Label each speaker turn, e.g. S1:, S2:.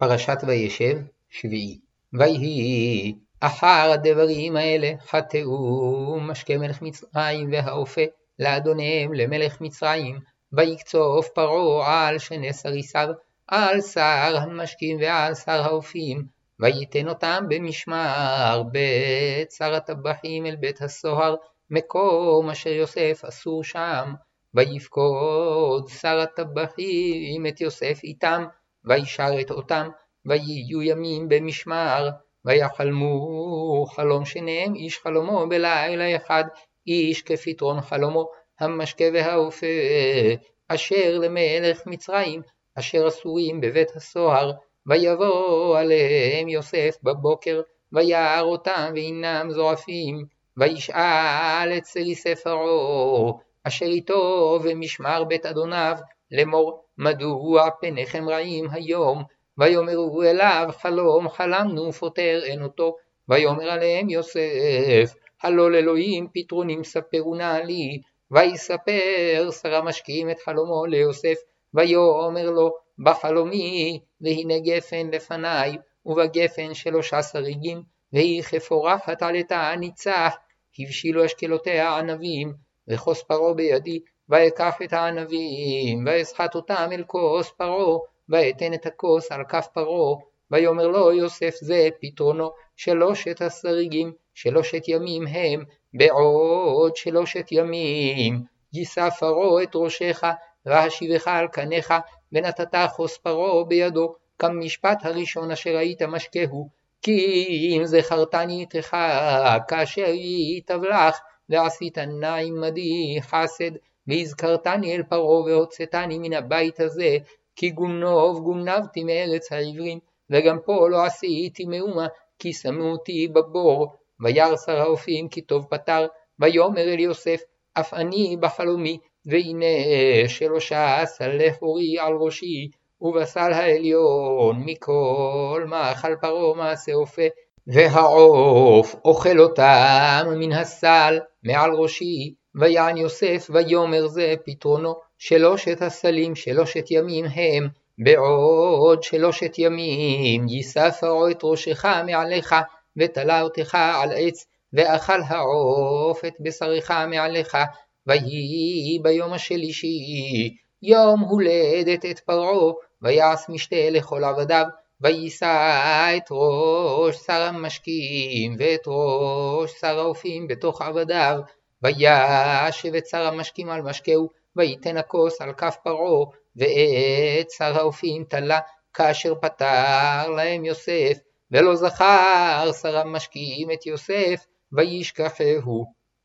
S1: פרשת וישב שביעי. ויהי אחר הדברים האלה חטאו משקי מלך מצרים והאופה לאדוניהם למלך מצרים, ויקצוף פרעה על שני סריסיו, על שר המשקים ועל שר האופים, ויתן אותם במשמר בית שר הטבחים אל בית הסוהר, מקום אשר יוסף אסור שם. ויפקוד שר הטבחים את יוסף איתם, וישרת אותם, ויהיו ימים במשמר, ויחלמו חלום שניהם איש חלומו בלילה אחד, איש כפתרון חלומו, המשקה והאופה אשר למלך מצרים, אשר אסורים בבית הסוהר. ויבוא עליהם יוסף בבוקר, וירא אותם ואינם זועפים, וישאל את סריסי פרעה אשר איתו במשמר בית אדוניו לאמור, מדוע פניכם רעים היום? ויאמרו אליו, חלום חלמנו פותר אין אותו. ויאמר עליהם יוסף, הלא לאלוהים פתרונים ספרו נא לי. ויספר שר המשקים את חלומו ליוסף, ויאמר לו, בחלומי והנה גפן לפניי, ובגפן 3 שריגים, והיא כפורחת עלתה ניצח, הבשילו אשכלותיה ענבים, וכוס פרעה בידי, ויקח את הענבים, ואסחט אותם אל כוס פרעה, ואתן את הכוס על כף פרעה. ויאמר לו יוסף, זה פתרונו, 3 השריגים, 3 ימים הם, בעוד 3 ימים יישא פרעה את ראשך, והשיבך על קניך, ונתת כוס פרעה בידו, כמשפט הראשון אשר היית משקהו. כי אם זכרתני איתך כאשר ייטב לך, ועשית נא עמדי חסד, והזכרתני אל פרעה והוצאתני מן הבית הזה, כי גונבתי מארץ העברים, וגם פה לא עשיתי מאומה, כי שמו אותי בבור. וירא שר האופים כי טוב פתר, ויאמר אל יוסף, אף אני בחלומי, והנה 3 סלי חורי על ראשי, ובסל העליון מכל מאכל פרעה מעשה אופה, והעוף אוכל אותם מן הסל מעל ראשי. ויען יוסף ויאמר, זה פתרונו, 3 הסלים 3 ימים הם, בעוד 3 ימים יישא פרעה את ראשך מעליך, ותלה אותך על עץ, ואכל העוף את בשרך מעליך. ויהי ביום השלישי, יום הולדת את פרעה, ויעש משתה לכל עבדיו, ויישא את ראש שר המשקים ואת ראש שר האופים בתוך עבדיו, וישב את שר המשקים על משקהו, ויתן הכוס על כף פרעה, ואת שר האופים תלה, כאשר פתר להם יוסף, ולא זכר שר המשקים את יוסף, וישכחהו.